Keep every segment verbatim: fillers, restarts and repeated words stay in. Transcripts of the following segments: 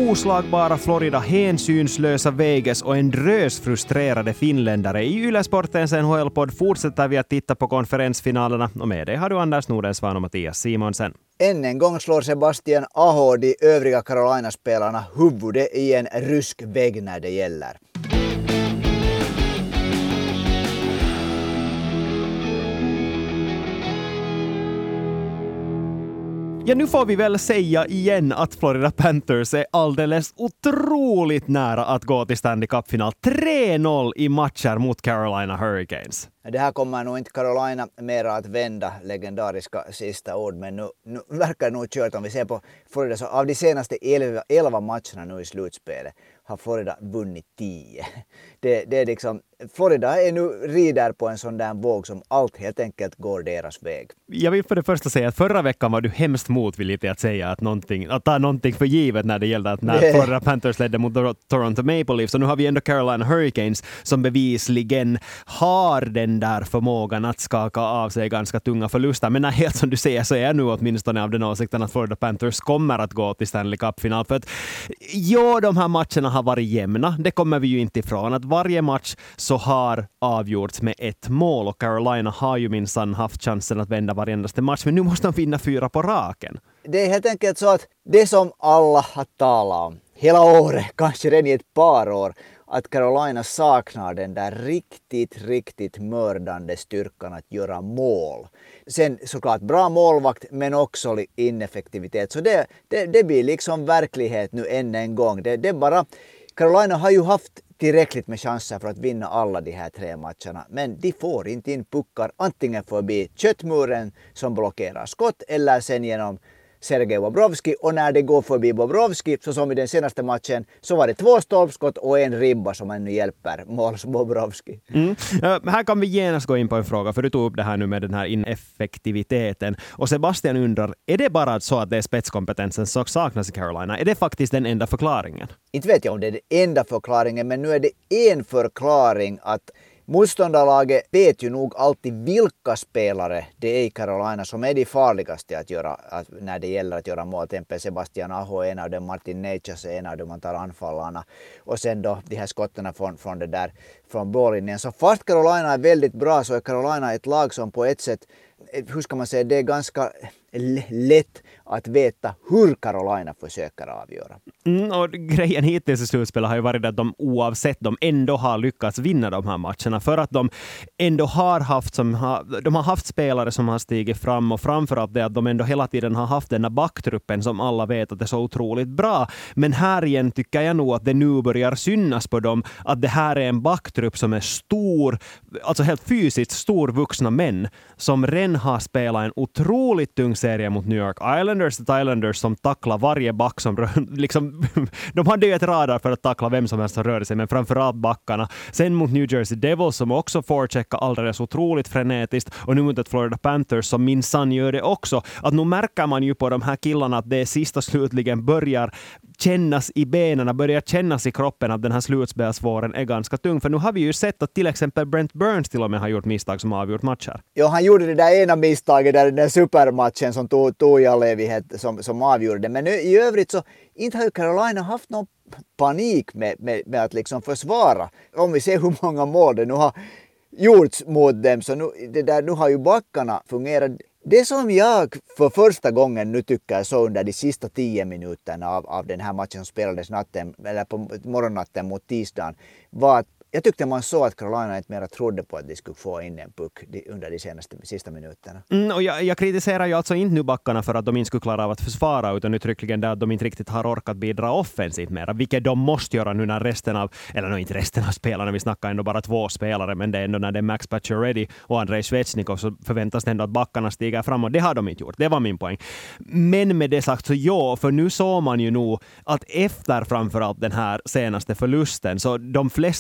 oslagbara Florida, hänsynslösa Vegas och en drös frustrerade finländare. I Yle-sportens N H L-podd fortsätter vi att titta på konferensfinalerna och med dig har du Anders Nordensvan och Mattias Simonsen. Än en gång slår Sebastian Aho de övriga Carolina-spelarna huvudet i en rysk vägg när det gäller. Ja, nu får vi väl säga igen att Florida Panthers är alldeles otroligt nära att gå till Stanley Cup-final. tre noll i matcher mot Carolina Hurricanes. Det här kommer nog inte Carolina mera att vända, legendariska sista ord, men nu, nu verkar det nog kört om vi ser på Florida. Så av de senaste elva, elva matcherna nu i slutspelet har Florida vunnit tio. Det, det är liksom, Florida är nu rider på en sån där våg som allt helt enkelt går deras väg. Jag vill för det första säga att förra veckan var du hemskt motvillig till att säga att, någonting, att ta någonting för givet när det gällde att när det... Florida Panthers ledde mot Toronto Maple Leafs. Och nu har vi ändå Carolina Hurricanes som bevisligen har den där förmågan att skaka av sig ganska tunga förluster. Men helt som du säger så är jag nu åtminstone av den åsikten att Florida Panthers kommer att gå till Stanley Cup-final. För att ja, de här matcherna har varit jämna. Det kommer vi ju inte ifrån. Att varje match så har avgjorts med ett mål och Carolina har ju minsann haft chansen att vända varje match. Men nu måste de vinna fyra på raken. Det är helt enkelt så att det som alla har talat om hela året, kanske redan i ett par år, att Carolina saknar den där riktigt, riktigt mördande styrkan att göra mål. Sen såklart bra målvakt, men också ineffektivitet. Så det, det, det blir liksom verklighet nu än en gång. Det, det bara, Carolina har ju haft tillräckligt med chanser för att vinna alla de här tre matcherna. Men de får inte in puckar antingen förbi köttmuren som blockerar skott eller sen genom Sergej Bobrovski, och när det går förbi Bobrovski, så som i den senaste matchen, så var det två stolpskott och en ribba som ännu hjälper måls Bobrovski. Mm. Uh, här kan vi genast gå in på en fråga, för du tog upp det här nu med den här ineffektiviteten. Och Sebastian undrar, är det bara så att det är spetskompetensen som saknas i Carolina? Är det faktiskt den enda förklaringen? Inte vet jag om det är den enda förklaringen, men nu är det en förklaring att motståndarlaget vet ju nog alltid vilka spelare det är i Carolina som är de farligaste att göra, att, när det gäller att göra mål. Till exempel Sebastian Aho är en av dem, Martin Necas är en av dem, man tar anfallarna. Och sen då de här skotten från, från det där, från blålinjen. Så fast Carolina är väldigt bra, så är Carolina ett lag som på ett sätt, hur ska man säga, det är ganska lätt att veta hur Carolina försöker avgöra. Mm, och grejen hittills i slutspelet har ju varit att de oavsett de ändå har lyckats vinna de här matcherna, för att de ändå har haft som har, de har haft spelare som har stigit fram, och framförallt det att de ändå hela tiden har haft den här backtruppen som alla vet att det är så otroligt bra. Men här igen tycker jag nog att det nu börjar synas på dem att det här är en backtrupp som är stor, alltså helt fysiskt stor vuxna män som redan har spelat en otroligt tung serie mot New York Islanders, ett Islanders som tacklar varje back som rör, liksom, de hade ju ett radar för att tackla vem som helst som rör sig, men framförallt backarna. Sen mot New Jersey Devils som också forecheckar alldeles otroligt frenetiskt, och nu mot ett Florida Panthers som minsann gör det också. Att nu märker man ju på de här killarna att det sista slutligen börjar kännas i benen, börjar kännas i kroppen att den här slutspelsvåren är ganska tung. För nu har vi ju sett att till exempel Brent Burns till och med har gjort misstag som har avgjort matcher. Ja, han gjorde det där ena misstaget där, den där supermatchen som tog, tog i all evighet som, som avgjorde det. Men nu, i övrigt så inte har ju Carolina haft någon panik med, med, med att liksom försvara. Om vi ser hur många mål det nu har gjorts mot dem, så nu, det där, nu har ju backarna fungerat. Det som jag för första gången nu tycker så under de sista tio minuterna av, av den här matchen som spelades natten, eller på morgonnatten mot tisdagen, var att jag tyckte man såg att Carolina inte mer trodde på att de skulle få in en puck under de senaste sista minuterna. Mm, och jag, jag kritiserar ju alltså inte nu backarna för att de inte skulle klara av att försvara, utan uttryckligen där att de inte riktigt har orkat bidra offensivt mera, vilket de måste göra nu när resten av, eller no, inte resten av spelarna, vi snackar ändå bara två spelare, men det är ändå när det är Max Pacioretty och Andrei Svechnikov, så förväntas det ändå att backarna stiger fram, och det har de inte gjort. Det var min poäng. Men med det sagt så ja, för nu såg man ju nog att efter framförallt den här senaste förlusten, så de flesta har väl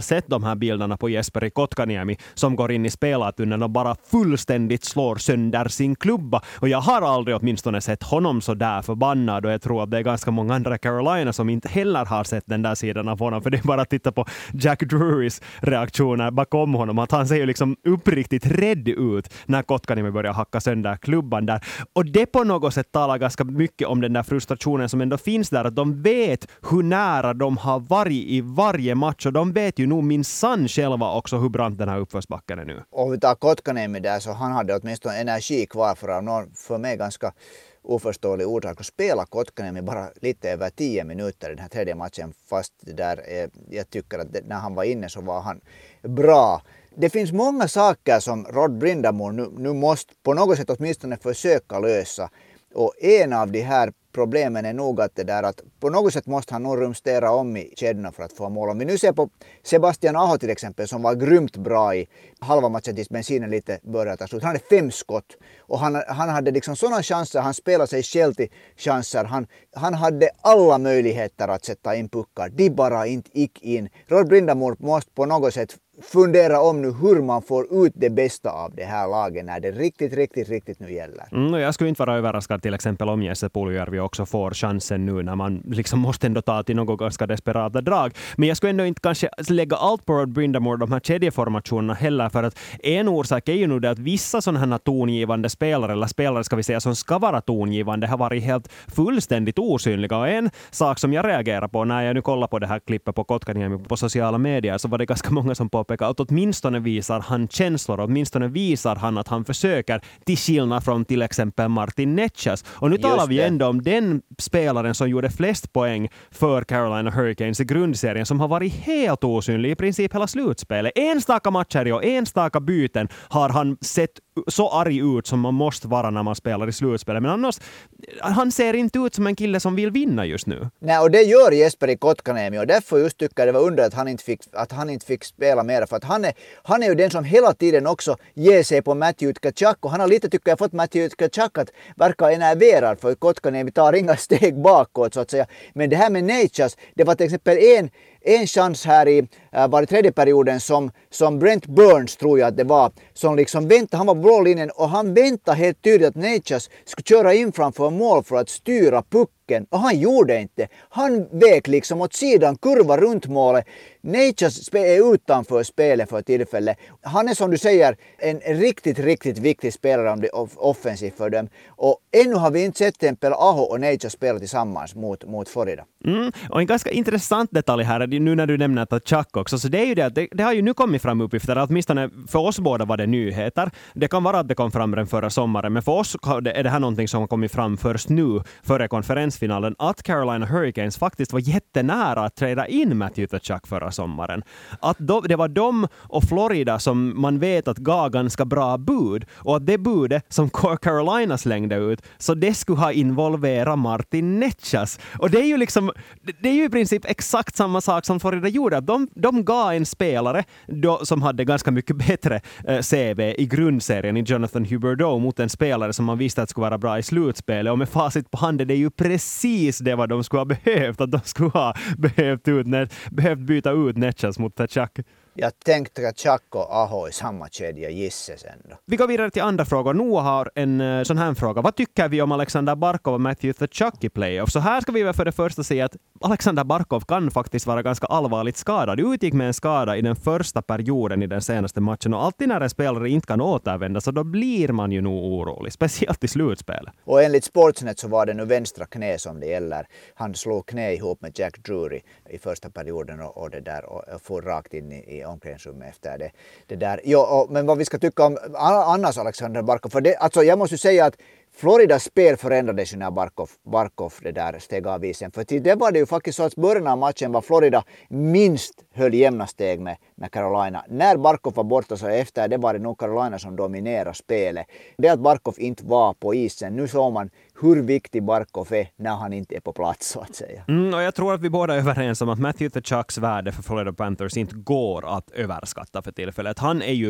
sett de här bilderna på Jesperi Kotkaniemi som går in i spelartunneln och bara fullständigt slår sönder sin klubba. Och jag har aldrig åtminstone sett honom så där förbannad, och jag tror att det är ganska många andra Carolina som inte heller har sett den där sidan av honom, för det är bara att titta på Jack Drurys reaktioner bakom honom, att han ser ju liksom uppriktigt rädd ut när Kotkaniemi börjar hacka sönder klubban där. Och det på något sätt talar ganska mycket om den där frustrationen som ändå finns där, att de vet hur nära de har varit i varje match, och de vet ju nog minsann själva också hur brant den här uppförsbacken är nu. Och vi tar Kotkaniemi där, så han hade åtminstone energi kvar för av någon för mig ganska oförståelig orsak att spela Kotkaniemi bara lite över tio minuter i den här tredje matchen, fast det där, eh, jag tycker att det, när han var inne så var han bra. Det finns många saker som Rod Brind'Amour nu, nu måste på något sätt åtminstone försöka lösa, och en av de här problemen är nog att det där att på något sätt måste han nog rumstera om i kedjorna för att få mål. Om vi nu ser på Sebastian Aho till exempel, som var grymt bra i halva matchen tills bensinen lite började ta slut. Han hade fem skott och han, han hade liksom sådana chanser, han spelade sig själv till chanser. Han, han hade alla möjligheter att sätta in puckar, de bara inte gick in. Rod Brind'Amour måste på något sätt fundera om nu hur man får ut det bästa av det här laget när det riktigt, riktigt, riktigt nu gäller. Mm, och jag skulle inte vara överraskad till exempel om Jesse Puljujärvi också får chansen nu när man liksom måste ändå ta till något ganska desperata drag. Men jag skulle ändå inte kanske lägga allt på Rod Brind'Amour, de här kedjeformationerna heller, för att en orsak är ju nu det att vissa sådana här tongivande spelare, eller spelare ska vi säga som ska vara tongivande, har varit helt fullständigt osynliga. Och en sak som jag reagerar på när jag nu kollar på det här klippet på Kotkaniemi på sociala medier, så var det ganska många som på att åtminstone visar han känslor, åtminstone visar han att han försöker, till skillnad från till exempel Martin Necas. Och nu Just talar vi det. ändå om den spelaren som gjorde flest poäng för Carolina Hurricanes i grundserien, som har varit helt osynlig i princip hela slutspelet. Enstaka matcher och enstaka byten har han sett så arg ut som man måste vara när man spelar i slutspelet. Men annars, han ser inte ut som en kille som vill vinna just nu. Nej, och det gör Jesperi Kotkaniemi, och därför just tycker jag det var under att han inte fick, att han inte fick spela mer, för att han är, han är ju den som hela tiden också ger sig på Matthew Tkachuk, och han har lite tycker jag fått Matthew Tkachuk att verka enerverad, för Kotkaniemi tar inga steg bakåt så att säga. Men det här med Necas, det var till exempel en En chans här i, äh, var i tredje perioden som, som Brent Burns tror jag att det var, som liksom väntade, han var på blålinjen och han väntade helt tydligt att Necas skulle köra in framför mål för att styra pucken, och han gjorde inte. Han vek liksom åt sidan, kurva runt målet. Necas är utanför spelet för tillfället. Han är som du säger en riktigt, riktigt viktig spelare om det är offensivt för dem. Och ännu har vi inte sett tempel Aho och Necas spela tillsammans mot, mot Florida. Mm, och en ganska intressant detalj här, nu när du nämner Tkachuk också, så det är ju det att det, det har ju nu kommit fram uppgifter, att åtminstone för oss båda var det nyheter. Det kan vara att det kom fram den förra sommaren, men för oss är det här någonting som har kommit fram först nu, före konferensfinalen, att Carolina Hurricanes faktiskt var jättenära att träda in Matthew Tkachuk förra sommaren. Att då, det var de och Florida som man vet att gav ganska bra bud, och att det budet som Carolina slängde ut, så det skulle ha involverat Martin Necas. Och det är ju liksom, det är ju i princip exakt samma sak som Florida gjorde. De, de gav en spelare då, som hade ganska mycket bättre eh, C V i grundserien i Jonathan Huberdeau mot en spelare som man visste att skulle vara bra i slutspelet. Och med facit på handen, det är ju precis det vad de skulle ha behövt. Att de skulle ha behövt, ut, behövt byta ut Necas mot Tkachuk. Jag tänkte att Tkachuk och Aho i samma kedja gisses ändå. Vi går vidare till andra frågor. Noah har en uh, sån här fråga. Vad tycker vi om Alexander Barkov och Matthew Tkachuk i playoff? Så här ska vi väl för det första säga att Alexander Barkov kan faktiskt vara ganska allvarligt skadad. Du utgick med en skada i den första perioden i den senaste matchen, och alltid när en spelare inte kan återvända så då blir man ju nog orolig, speciellt i slutspelet. Och enligt Sportsnet så var det nu vänstra knä som det gäller. Han slog knä ihop med Jack Drury i första perioden och, och det där och får rakt in i, i omklädningsrummet efter det, det där. Jo, och, men vad vi ska tycka om annars Alexander Barkov, för det, alltså jag måste säga att Floridas spel förändrades ju när Barkov, Barkov det där steg av isen. För till det var det ju faktiskt så att början av matchen var Florida minst höll jämna steg med, med Carolina. När Barkov var borta så efter det var det nog Carolina som dominerade spelet. Det att Barkov inte var på isen, nu såg man hur viktig Barkov är när han inte är på plats så att säga. Mm, och jag tror att vi båda är överens om att Matthew Tkachuks värde för Florida Panthers inte går att överskatta för tillfället. Han är ju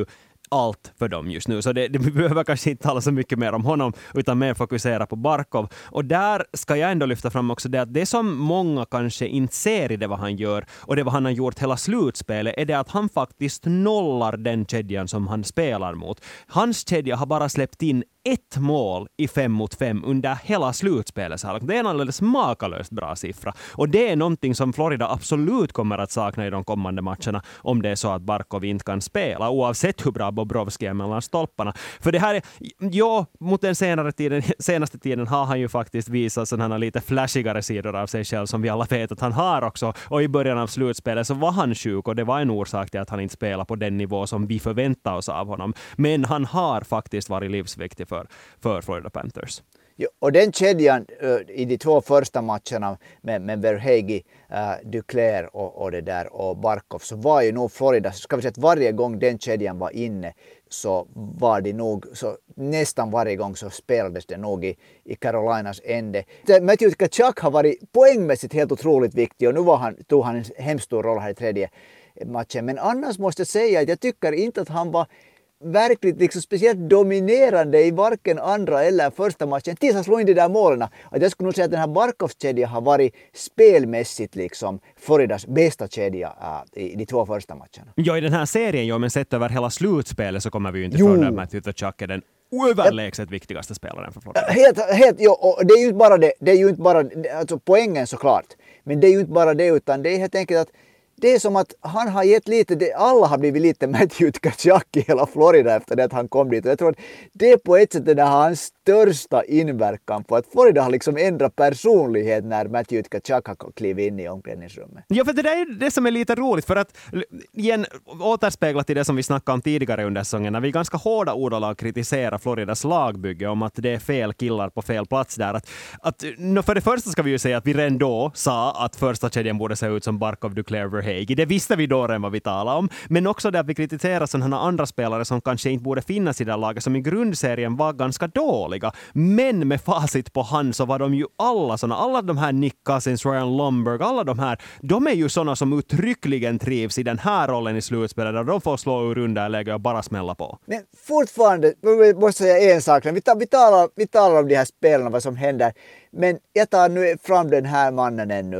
allt för dem just nu. Så det, det, vi behöver kanske inte tala så mycket mer om honom utan mer fokusera på Barkov. Och där ska jag ändå lyfta fram också det att det som många kanske inte ser i det vad han gör och det vad han har gjort hela slutspelet är det att han faktiskt nollar den kedjan som han spelar mot. Hans kedja har bara släppt in ett mål i fem mot fem under hela slutspelet. Det är en alldeles makalöst bra siffra. Och det är någonting som Florida absolut kommer att sakna i de kommande matcherna om det är så att Barkov inte kan spela, oavsett hur bra Bobrovski är mellan stolparna. För det här är, ja, mot den senare tiden, senaste tiden har han ju faktiskt visat sådana lite flashigare sidor av sig själv som vi alla vet att han har också. Och i början av slutspelet så var han sjuk och det var en orsak till att han inte spelar på den nivå som vi förväntar oss av honom. Men han har faktiskt varit livsviktig för, för Florida Panthers. Jo, och den kedjan uh, i de två första matcherna med, med Verhaeghe, uh, Duclair och, och, det där, och Barkov så var ju nog Florida, ska vi säga att varje gång den kedjan var inne så var det nog, så nästan varje gång så spelades det nog i, i Carolinas ände. Matthew Tkachuk har varit poängmässigt helt otroligt viktig och nu var han, tog han en hemskt stor roll här i tredje matchen. Men annars måste jag säga att jag tycker inte att han var verkligt liksom speciellt dominerande i varken andra eller första matchen tills han slog in de där målen. Att jag skulle nog säga att den här Barkovs kedja har varit spelmässigt liksom Floridas bästa kedja uh, i de två första matcherna. Ja, i den här serien, ja, men sett över hela slutspelet så kommer vi ju inte från att Matthew Tkachuk är den överlägset viktigaste spelaren för Florida. Helt, helt, ja, och det är ju inte bara det, det är ju inte bara, alltså poängen såklart, men det är ju inte bara det utan det är helt enkelt att det är som att han har gett lite, det, alla har blivit lite Matthew Tkachuk i hela Florida efter det att han kom dit. Och jag tror att det på ett sätt är hans största inverkan på att Florida har liksom ändrat personlighet när Matthew Tkachuk har klivit in i omklädningsrummet. Ja, för det där är det som är lite roligt, för att igen återspeglat i det som vi snackade om tidigare under säsongen, när vi ganska hårda ordalag kritiserar Floridas lagbygge om att det är fel killar på fel plats där. Att, att, för det första ska vi ju säga att vi redan då sa att första kedjan borde se ut som Barkov, Duclair, Verhaeghe. Det visste vi då redan vad vi talade om. Men också det att vi kritiserar sådana andra spelare som kanske inte borde finnas i det laget, som i grundserien var ganska dåliga. Men med facit på hand så var de ju alla sådana. Alla de här Nick Cousins, Ryan Lomberg, alla de här, de är ju sådana som uttryckligen trivs i den här rollen i slutspelet där de får slå ur underläge och bara smälla på. Men fortfarande, jag måste säga en sak. Vi, tar, vi, talar, vi talar om de här spelarna, vad som händer. Men jag tar nu fram den här mannen ännu.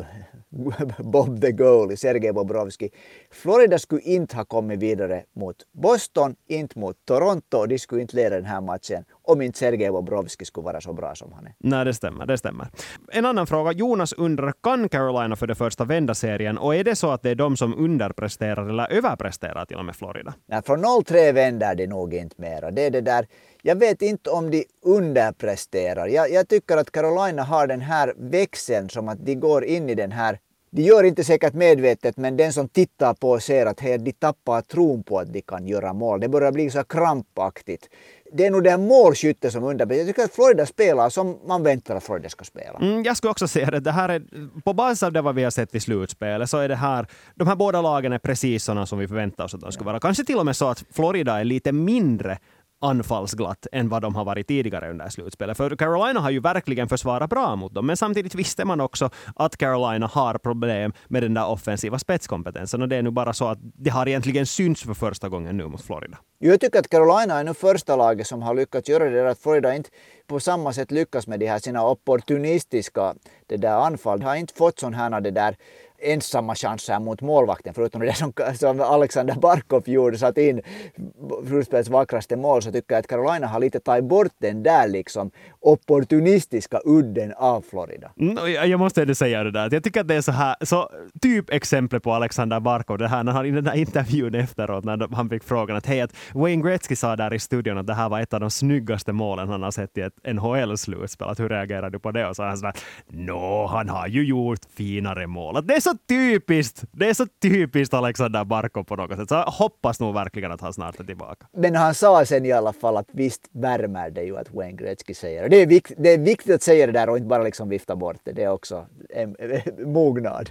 Bob the Goalie, Sergej Bobrovski. Florida skulle inte ha kommit vidare mot Boston, inte mot Toronto, och de skulle inte leda den här matchen om inte Sergej Bobrovski skulle vara så bra som han är. Nej, det stämmer, det stämmer. En annan fråga. Jonas undrar, kan Carolina för det första vända serien, och är det så att det är de som underpresterar eller överpresterar till och med Florida? Nej, från noll tre vänder det nog inte mera. Det är det där. Jag vet inte om de underpresterar. Jag, jag tycker att Carolina har den här växeln som att de går in i den här. De gör inte säkert medvetet, men den som tittar på ser att hey, de tappar tron på att de kan göra mål. Det börjar bli så krampaktigt. Det är nog det här målskyttet som underpresterar. Jag tycker att Florida spelar som man väntar att Florida ska spela. Mm, jag skulle också säga det. Det här är, på basis av det vad vi har sett i slutspelet, så är det här, de här båda lagen är precis sådana som vi förväntar oss att de ska vara. Kanske till och med så att Florida är lite mindre anfallsglatt än vad de har varit tidigare under slutspelet. För Carolina har ju verkligen försvarat bra mot dem, men samtidigt visste man också att Carolina har problem med den där offensiva spetskompetensen, och det är nu bara så att det har egentligen synts för första gången nu mot Florida. Jag tycker att Carolina är nu första laget som har lyckats göra det, att Florida inte på samma sätt lyckas med de här sina opportunistiska det där anfall. De har inte fått sån här det där ensamma chanser mot målvakten, förutom det som, som Alexander Barkov gjorde, satt in slutspelets vackraste mål, så tycker jag att Carolina har lite tagit bort den där liksom opportunistiska udden av Florida. Mm, jag måste ändå säga det där. Jag tycker att det är så här, så typ exempel på Alexander Barkov, det här när han i den där intervjun efteråt, när han fick frågan att hej, att Wayne Gretzky sa där i studion att det här var ett av de snyggaste målen han har sett i ett N H L-slutspel. Hur reagerar du på det? Och så han sa, nå, han har ju gjort finare mål. Att det är så typiskt, det är så typiskt Alexander Barkov på något sätt. Så jag hoppas nog verkligen att han snart är tillbaka. Men han sa sen i alla fall att visst värmer det ju att Wayne Gretzky säger det. Det är, vikt, det är viktigt att säga det där och inte bara liksom vifta bort det. Det är också en, en, en mognad.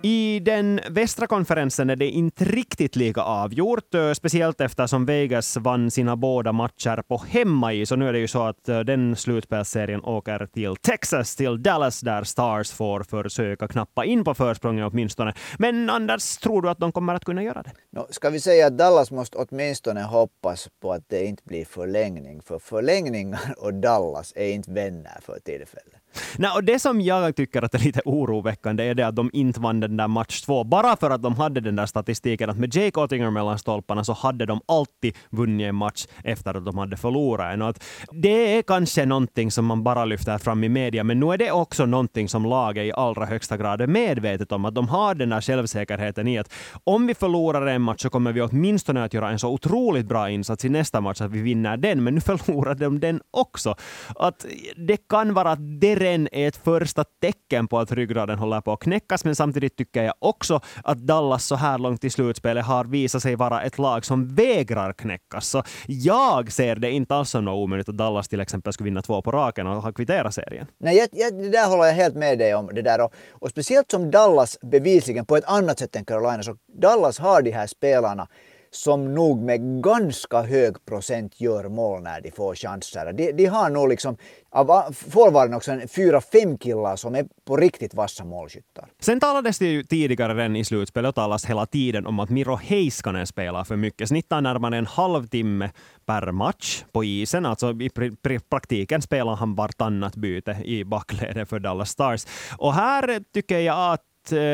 I den västra konferensen är det inte riktigt lika avgjort, speciellt eftersom Vegas vann sina båda matcher på hemmais. Och nu är det ju så att den slutspelsserien åker till Texas, till Dallas, där Stars får försöka knappa in på försprånget åtminstone. Men Anders, tror du att de kommer att kunna göra det? No, ska vi säga att Dallas måste åtminstone hoppas på att det inte blir förlängning, för förlängningar och Dallas är inte vänner för tillfället. Nej, och det som jag tycker att är lite oroväckande är det att de inte vann den där match två bara för att de hade den där statistiken att med Jake Oettinger mellan stolparna så hade de alltid vunnit en match efter att de hade förlorat en. Och att det är kanske någonting som man bara lyfter fram i media, men nu är det också någonting som laget i allra högsta grad är medvetet om, att de har den där självsäkerheten i att om vi förlorar en match så kommer vi åtminstone att göra en så otroligt bra insats i nästa match att vi vinner den, men nu förlorar de den också. Att det kan vara att det är ett första tecken på att ryggraden håller på att knäckas, men samtidigt tycker jag också att Dallas så här långt i slutspelet har visat sig vara ett lag som vägrar knäckas. Så jag ser det inte alls som något omöjligt att Dallas till exempel skulle vinna två på raken och ha kvitterat serien. Nej, jag, jag, det där håller jag helt med dig om. Det där. Och, och speciellt som Dallas bevisligen på ett annat sätt än Carolina, så Dallas har de här spelarna som nog med ganska hög procent gör mål när de får chanser. De, de har nog liksom, av forwarden också en fyra fem killar som är på riktigt vassa målskyttar. Sen talades det ju tidigare redan i slutspelet och talas hela tiden om att Miro Heiskanen spelar för mycket. Snittar närmare en halvtimme per match på isen. Alltså i pr- praktiken spelar han vartannat byte i backledet för Dallas Stars. Och här tycker jag att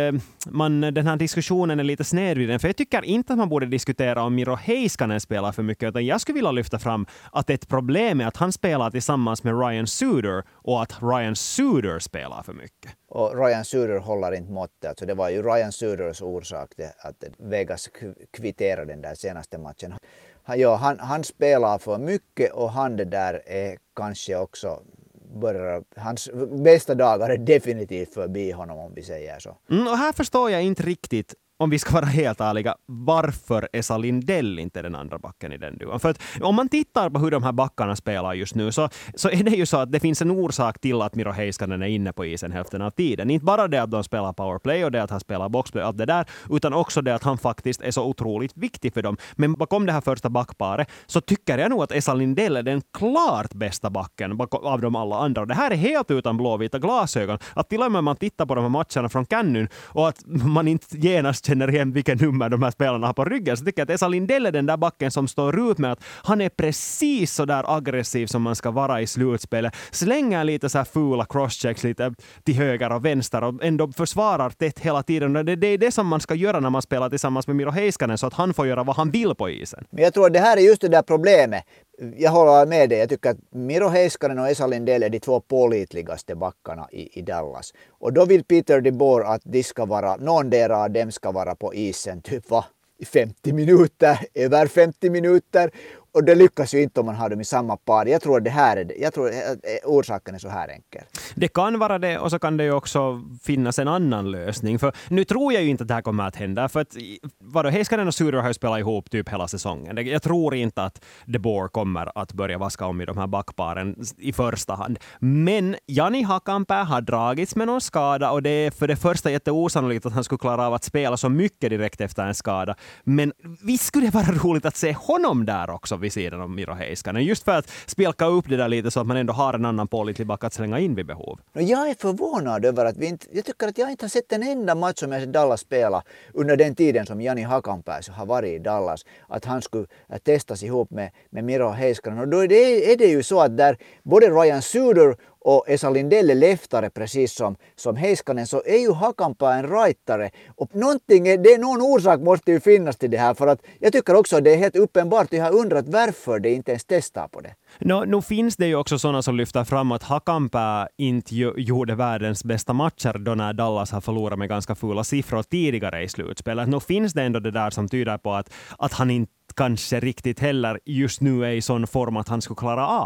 man, den här diskussionen är lite snedvriden, för jag tycker inte att man borde diskutera om Miro Heiskanen spelar för mycket, utan jag skulle vilja lyfta fram att ett problem är att han spelar tillsammans med Ryan Suter och att Ryan Suter spelar för mycket. Och Ryan Suter håller inte måttet. Alltså det var ju Ryan Suters orsak till att Vegas kvitterade den där senaste matchen. Han, ja, han, han spelar för mycket och han det där är kanske också börjar, hans bästa dagar är definitivt förbi honom, om vi säger så. Mm, och här förstår jag inte riktigt, om vi ska vara helt ärliga, varför Esa Lindell inte är den andra backen i den duon. För att om man tittar på hur de här backarna spelar just nu, så, så är det ju så att det finns en orsak till att Miro Heiskanen är inne på isen hälften av tiden. Inte bara det att de spelar powerplay och det att han spelar boxplay, allt det där, utan också det att han faktiskt är så otroligt viktig för dem. Men bakom det här första backparet så tycker jag nog att Esa Lindell är den klart bästa backen av de alla andra. Och det här är helt utan blåvita glasögon. Att till och med man tittar på de här matcherna från Cannyn och att man inte genast känner igen vilka nummer de här spelarna har på ryggen, så tycker jag att Esa Lindell är den där backen som står ut med att han är precis så där aggressiv som man ska vara i slutspelet. Slänger lite så här fula crosschecks lite till höger och vänster och ändå försvarar tätt hela tiden. Det, det är det som man ska göra när man spelar tillsammans med Miro Heiskanen, så att han får göra vad han vill på isen. Men jag tror att det här är just det där problemet. Jag håller med dig. Jag tycker att Miro Heiskanen och Esa Lindell är de två pålitligaste backarna i, i Dallas. Och då vill Peter DeBoer att de ska vara, någon där av dem ska vara på isen typ va? I femtio minuter, över femtio minuter. Och det lyckas ju inte om man har dem i samma par. Jag tror att det här är det. Jag tror att orsaken är så här enkel. Det kan vara det, och så kan det ju också finnas en annan lösning. För nu tror jag ju inte att det här kommer att hända. För att vadå, Heiskanen och Suter har ju spelat ihop typ hela säsongen. Jag tror inte att DeBoer kommer att börja vaska om i de här backparen i första hand. Men Jani Hakanpää har dragits med någon skada, och det är för det första jätteosannolikt att han skulle klara av att spela så mycket direkt efter en skada. Men visst skulle det vara roligt att se honom där också vid sidan om Miro Heiskanen. Just för att spelka upp det där lite så att man ändå har en annan pålitlig back att slänga in vid behov. Jag är förvånad över att vi inte, jag tycker att jag inte har sett en enda match som jag sett Dallas spela under den tiden som Jani Hakanpää har varit i Dallas. Att han skulle testas ihop med, med Miro Heiskanen. Och då är det, är det ju så att där både Ryan Suter och Esa Lindell är leftare precis som, som Heiskanen, så är ju Hakanpää en rightare. Och någonting, är, det är någon orsak måste ju finnas till det här, för att jag tycker också att det är helt uppenbart. Jag har undrat varför det inte ens testar på det. No, nu finns det ju också sådana som lyfter fram att Hakanpää inte gjorde världens bästa matcher då när Dallas har förlorat med ganska fula siffror tidigare i slutspelet. Nu finns det ändå det där som tyder på att, att han inte kanske riktigt heller just nu är i sån form att han skulle klara av det.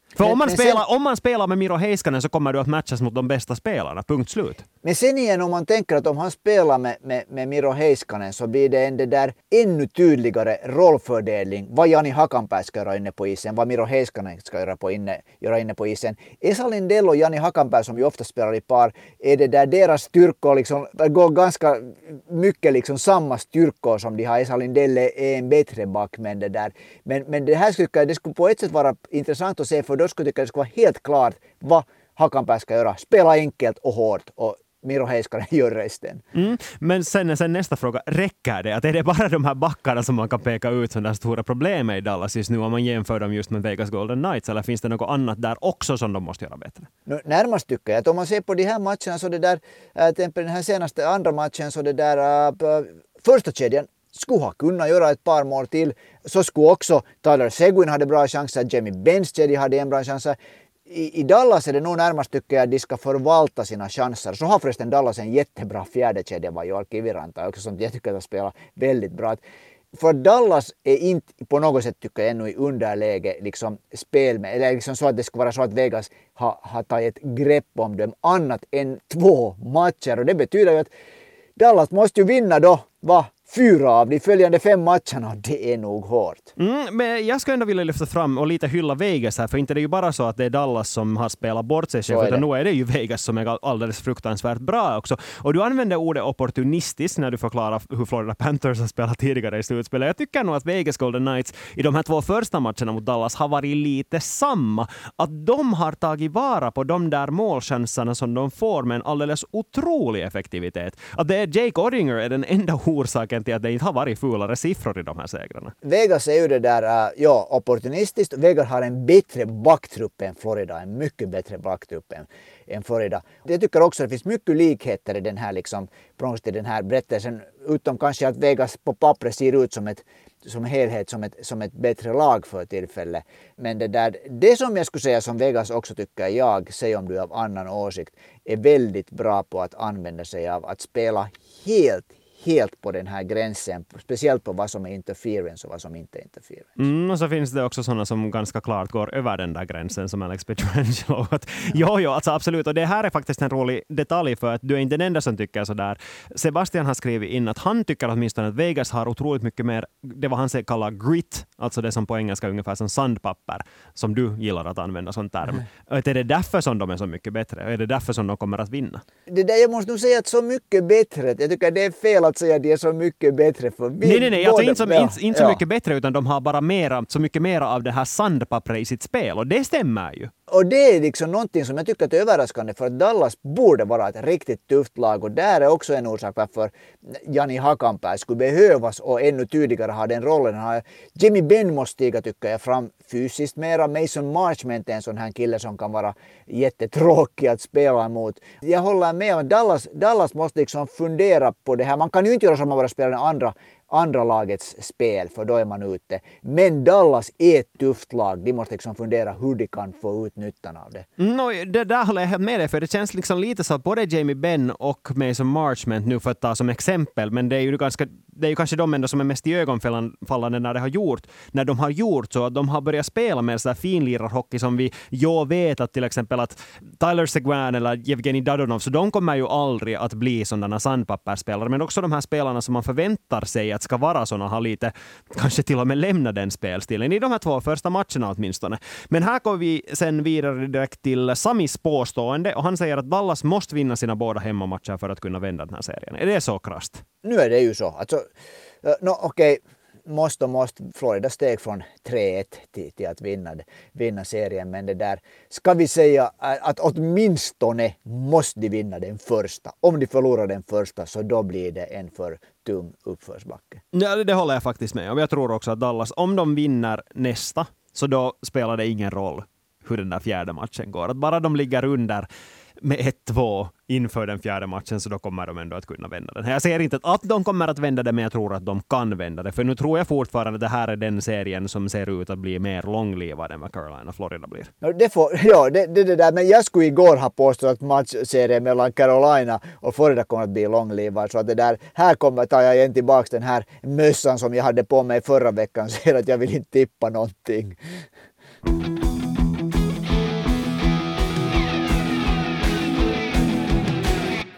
För Men- om, man men spelar, sen- om man spelar med Miro Heiskanen så kommer du att matchas mot de bästa spelarna, punkt slut. Men sen igen om man tänker att om han spelar med, med, med Miro Heiskanen så blir det en det där ännu tydligare rollfördelning vad Jani Hakanpää ska göra inne på isen, vad Miro Heiskanen ska göra, på inne, göra inne på isen. Esa Lindell och Jani Hakanpää som ju ofta spelar i par, är det där deras styrkor liksom, det går ganska mycket liksom samma styrkor som de har. Esa Lindell är en bättre back men det där. Men, men det här skulle, det skulle på ett sätt vara intressant att se för då skulle jag tycka det skulle vara helt klart vad Hakanpää ska göra. Spela enkelt och hårt och Miro Heiskanen gör resten. Mm. Men sen, sen nästa fråga, räcker det? Att är det bara de här backarna som man kan peka ut som det stora problemet i Dallas just nu om man jämför dem just med Vegas Golden Knights, eller finns det något annat där också som de måste göra bättre? Nu, närmast tycker jag att om man ser på de här matcherna så det där, äh, till den här senaste andra matchen så det där äh, första kedjan skulle ha kunnat göra ett par mål till. Så skulle också Tyler Seguin hade bra chanser, Jamie Benns kedja hade en bra chans. I, I Dallas är det nog närmast tycker jag att de ska förvalta sina chanser. Så har förresten Dallas en jättebra fjärde kedja var Joel Kiviranta också som jag tycker att spela väldigt bra. För Dallas är inte på något sätt tycker jag ännu i underläge liksom spel med, eller liksom så att det ska vara så att Vegas har, har tagit ett grepp om dem annat än två matcher och det betyder ju att Dallas måste ju vinna då, va? Fyra av de följande fem matcherna, det är nog hårt. Mm, men jag ska ändå vilja lyfta fram och lite hylla Vegas här, för inte det är ju bara så att det är Dallas som har spelat bort sig själv, utan nu är det ju Vegas som är alldeles fruktansvärt bra också. Och du använder ordet opportunistiskt när du förklarar hur Florida Panthers har spelat tidigare i slutspelet. Jag tycker nog att Vegas Golden Knights i de här två första matcherna mot Dallas har varit lite samma. Att de har tagit vara på de där målchanserna som de får med en alldeles otrolig effektivitet. Att det är Jake Oettinger är den enda orsaken till att det inte har varit fulare siffror i de här segrarna. Vegas är ju det där, uh, ja, opportunistiskt. Vegas har en bättre backtrupp än Florida, en mycket bättre backtrupp än, än Florida. Jag tycker också att det finns mycket likheter i den här, liksom, i den här berättelsen, utom kanske att Vegas på pappret ser ut som ett som helhet, som ett, som ett bättre lag för tillfället. Men det där, det som jag skulle säga som Vegas också tycker jag, säg om du är av annan åsikt, är väldigt bra på att använda sig av att spela helt helt på den här gränsen, speciellt på vad som är interference och vad som inte är interference. Mm, och så finns det också sådana som ganska klart går över den där gränsen som Alex Pietrangelo. jo, jo, alltså absolut. Och det här är faktiskt en rolig detalj för att du är inte den enda som tycker sådär. Sebastian har skrivit in att han tycker åtminstone att Vegas har otroligt mycket mer, det vad han kallar grit, alltså det som på engelska är ungefär som sandpapper, som du gillar att använda som term. Mm. Och är det därför som de är så mycket bättre? Och är det därför som de kommer att vinna? Det där, jag måste nog säga att så mycket bättre, jag tycker det är fel att säga att de är så mycket bättre. För vi, nej, nej, nej. Alltså, inte, som, ja, inte, inte så ja. mycket bättre, utan de har bara mera, så mycket mer av det här sandpappret i sitt spel. Och det stämmer ju. Och det är liksom någonting som jag tycker är överraskande för att Dallas borde vara ett riktigt tufft lag och där är också en orsak varför Jani Hakanpää skulle behövas och ännu tydligare ha den rollen. Jimmy Benn måste stiga tycker jag fram fysiskt mera. Mason Marchment är en sån här kille som kan vara jättetråkig att spela mot. Jag håller med om Dallas, Dallas måste liksom fundera på det här. Man kan ju inte göra som man bara spelar den andra andra lagets spel, för då är man ute. Men Dallas är ett tufft lag. De måste liksom fundera hur de kan få ut nyttan av det. No, det där håller jag helt med dig, för det känns liksom lite så att både Jamie Benn och Mason Marchment, nu för att ta som exempel, men det är ju ganska, det är ju kanske de enda som är mest i ögonfallande när det har gjort, när de har gjort så att de har börjat spela med så här finlirarhockey som vi jag vet att till exempel att Tyler Seguin eller Evgeni Dadonov, så de kommer ju aldrig att bli sådana sandpappersspelare, men också de här spelarna som man förväntar sig att ska vara sådana har lite, kanske till och med lämna den spelstilen i de här två första matcherna åtminstone. Men här går vi sen vidare direkt till Samis påstående och han säger att Dallas måste vinna sina båda hemmamatcher för att kunna vända den här serien. Är det så krasst? Nu är det ju så. Alltså, no, okej, okay. Måste och måste Florida steg från tre ett till, till att vinna, vinna serien. Men det där, ska vi säga att åtminstone måste de vinna den första. Om de förlorar den första så då blir det en för tung uppförsbacke. Ja, det håller jag faktiskt med. Och jag tror också att Dallas, om de vinner nästa, så då spelar det ingen roll hur den där fjärde matchen går. Att bara de ligger under med ett två inför den fjärde matchen, så då kommer de ändå att kunna vända den. Jag säger inte att de kommer att vända det, men jag tror att de kan vända det. För nu tror jag fortfarande att det här är den serien som ser ut att bli mer långlivad än vad Carolina Florida blir. Det får, ja, det, det, det där. Men jag skulle igår ha påstått att matchserien mellan Carolina och Florida kommer att bli långlivad. Så att det där, här kommer tar jag igen tillbaka den här mössan som jag hade på mig förra veckan. Så att jag vill inte tippa någonting.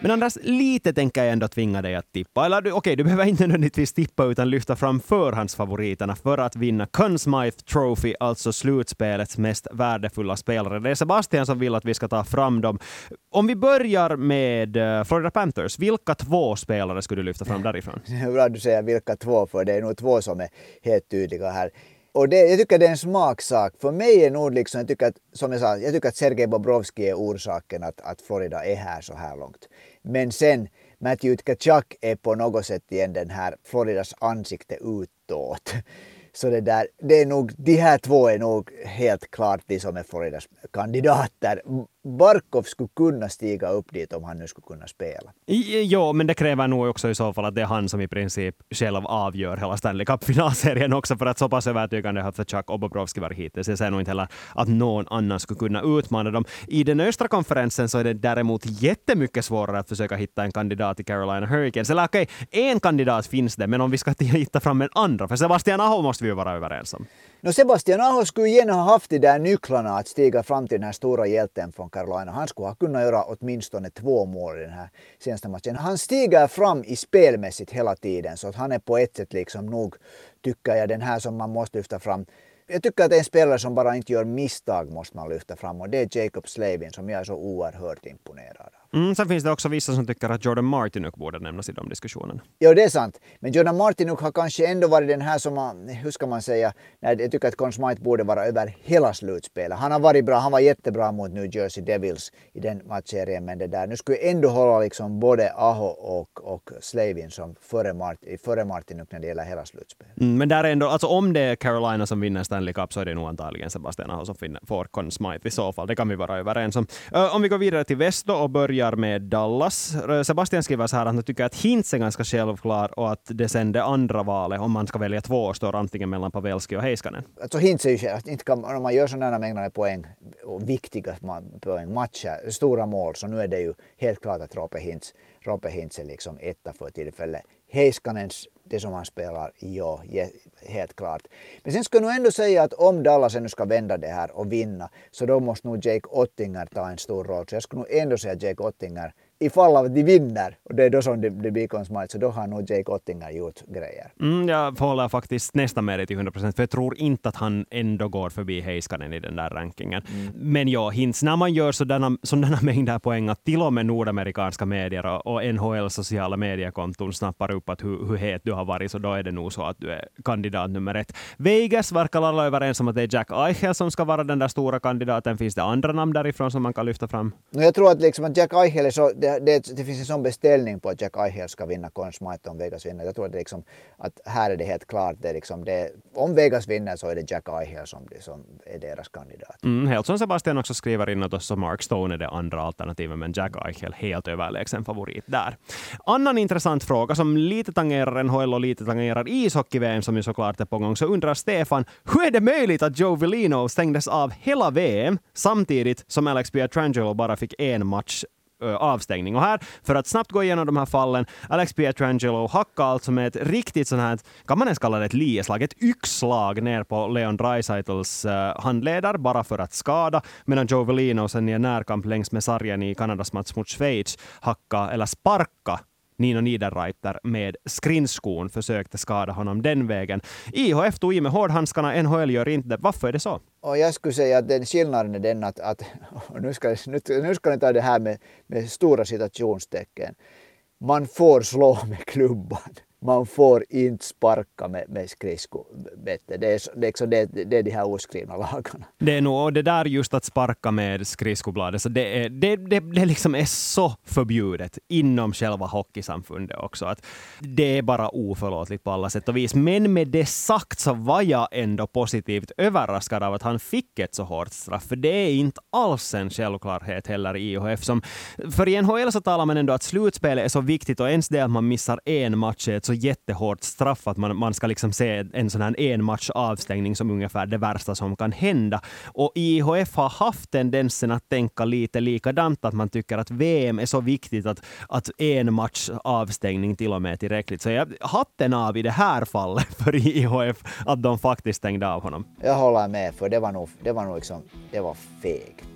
Men Anders, lite tänker jag ändå tvinga dig att tippa. Eller okej, okay, du behöver inte nödvändigtvis tippa utan lyfta fram förhandsfavoriterna för att vinna Conn Smythe Trophy, alltså slutspelets mest värdefulla spelare. Det är Sebastian som vill att vi ska ta fram dem. Om vi börjar med Florida Panthers, vilka två spelare skulle du lyfta fram därifrån? Det är bra att du säger vilka två, för det är nog två som är helt tydliga här. Och det, jag tycker det är en smaksak. För mig är nog liksom, jag tycker att, som jag sa, jag tycker att Sergej Bobrovsky är orsaken att, att Florida är här så här långt. Men sen, Matthew Tkachuk är på något sätt igen den här Floridas ansikte utåt. Så det där, det är nog, de här två är nog helt klart de som är Floridas kandidater. Barkov skulle kunna stiga upp dit om han nu skulle kunna spela. Ja, men det kräver nog också i så fall att det är han som i princip själv avgör hela Stanley Cup-finalserien också, för att så pass övertygande har Tkachuk och Bobrovsky varit hittills. Jag säger nog inte heller att någon annan skulle kunna utmana dem. I den östra konferensen så är det däremot jättemycket svårare att försöka hitta en kandidat i Carolina Hurricanes. Eller okej, okay, en kandidat finns det, men om vi ska hitta fram en andra, för Sebastian Aho måste vi ju vara överens om. No, Sebastian Aho skulle igen ha haft de där nycklarna att stiga fram till den här stora hjälten från Carolina. Han skulle ha kunnat göra åtminstone två mål i den här senaste matchen. Han stiger fram i spelmässigt hela tiden, så att han är på ett sätt liksom nog, tycker jag, den här som man måste lyfta fram. Jag tycker att det är en spelare som bara inte gör misstag måste man lyfta fram, och det är Jacob Slavin som jag är så oerhört imponerad av. Mm, sen finns det också vissa som tycker att Jordan Martinook borde nämnas i de diskussionerna. Ja, det är sant. Men Jordan Martinook har kanske ändå varit den här som man, hur ska man säga, nej, jag tycker att Conn Smythe borde vara över hela slutspelet. Han har varit bra, han var jättebra mot New Jersey Devils i den matchserien, men det där, nu skulle jag ändå hålla liksom både Aho och, och Slavin som före, Mart, före Martinook när det gäller hela slutspelet. Mm, men där är ändå, alltså om det är Carolina som vinner Stanley Cup så är det nog antagligen Sebastian Aho som finner, får Conn Smythe i så fall. Det kan vi vara överens om. Uh, om vi går vidare till väst då och börjar med Dallas. Sebastian skriver så här att han tycker att Hintz är ganska självklar och att det sen det andra valet, om man ska välja två, står antingen mellan Pavelski och Heiskanen. Alltså Hintz är ju själv, inte kan, om man gör sådana mängder poäng och viktiga poäng, matcher, stora mål, så nu är det ju helt klart att Roope Hintz, Roope Hintz är liksom etta för tillfället. Heiskanens, det som han spelar, ja, helt klart. Men sen ska jag nog ändå säga att om Dallas ändå ska vända det här och vinna, så då måste nog Jake Ottinger ta en stor roll. Så jag skulle nog ändå säga Jake Ottinger, ifall av att de vinner, och det är då som det, det blir Conn Smythe, så då har nog Jake Ottinger gjort grejer. Mm, jag håller faktiskt nästan med dig till hundra procent, för jag tror inte att han ändå går förbi Heiskanen i den där rankingen. Mm. Men ja, Hintz, när man gör sådana, sådana mängder poäng att till och med nordamerikanska medier och, och N H L sociala mediekonton snappar upp att hur, hur het du har varit, så då är det nog så att du är kandidat nummer ett. Vegas verkar alla överens om att det är Jack Eichel som ska vara den där stora kandidaten. Finns det andra namn därifrån som man kan lyfta fram? Jag tror att, liksom att Jack Eichel är så, det, det, det finns en sån beställning på att Jack Eichel ska vinna Conn Smythe om Vegas vinner. Jag tror att, det liksom, att här är det helt klart. Det är liksom det, om Vegas vinner så är det Jack Eichel som, som är deras kandidat. Mm, helt som Sebastian också skriver in att också Mark Stone är det andra alternativet, men Jack Eichel helt överlägsen favorit där. Annan intressant fråga som lite tangerar N H L och lite tangerar ishockey-V M som ju såklart är på gång, så undrar Stefan, hur är det möjligt att Joe Veleno stängdes av hela V M samtidigt som Alex Pietrangelo bara fick en match avstängning? Och här, för att snabbt gå igenom de här fallen, Alex Pietrangelo hackade alltså med ett riktigt sånt här, kan man ens kalla det ett lieslag, ett yxslag ner på Leon Draisaitl's uh, handleder bara för att skada, medan Joe Veleno sen i en närkamp längs med sargen i Kanadas match mot Schweiz hacka eller sparka Nino Niederreiter med skrinskon, försökte skada honom den vägen. I H F tog i med hårdhandskarna, N H L gör inte. Varför är det så? Och jag skulle säga att den skillnaden är den att, att nu, ska, nu, nu ska ni ta det här med, med stora citationstecken. Man får slå med klubban. Man får inte sparka med, med skridskobälte. Det är, liksom, det, det är de här oskrivna lagarna. Det är nog det där just att sparka med skridskobladet. Så det, är, det, det, det liksom är så förbjudet inom själva hockeysamfundet också. Att det är bara oförlåtligt på alla sätt och vis. Men med det sagt så var jag ändå positivt överraskad av att han fick ett så hårt straff. För det är inte alls en självklarhet heller i I H F. Som, för i N H L så talar man ändå att slutspelet är så viktigt, och ens det att man missar en match är ett så jättehårt straff att man, man ska liksom se en sån här en match avstängning som ungefär det värsta som kan hända. Och I H F har haft tendensen att tänka lite likadant, att man tycker att V M är så viktigt att, att en match avstängning till och med är tillräckligt. Så jag hatten av i det här fallet för I H F att de faktiskt stängde av honom. Jag håller med, för det var nog, det var nog liksom, det var fegt.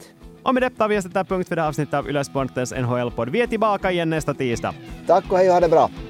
Och med det tar vi oss där punkt för det här avsnittet av Yle Sportens N H L-podd. Vi är tillbaka igen nästa tisdag. Tack och hej och ha det bra.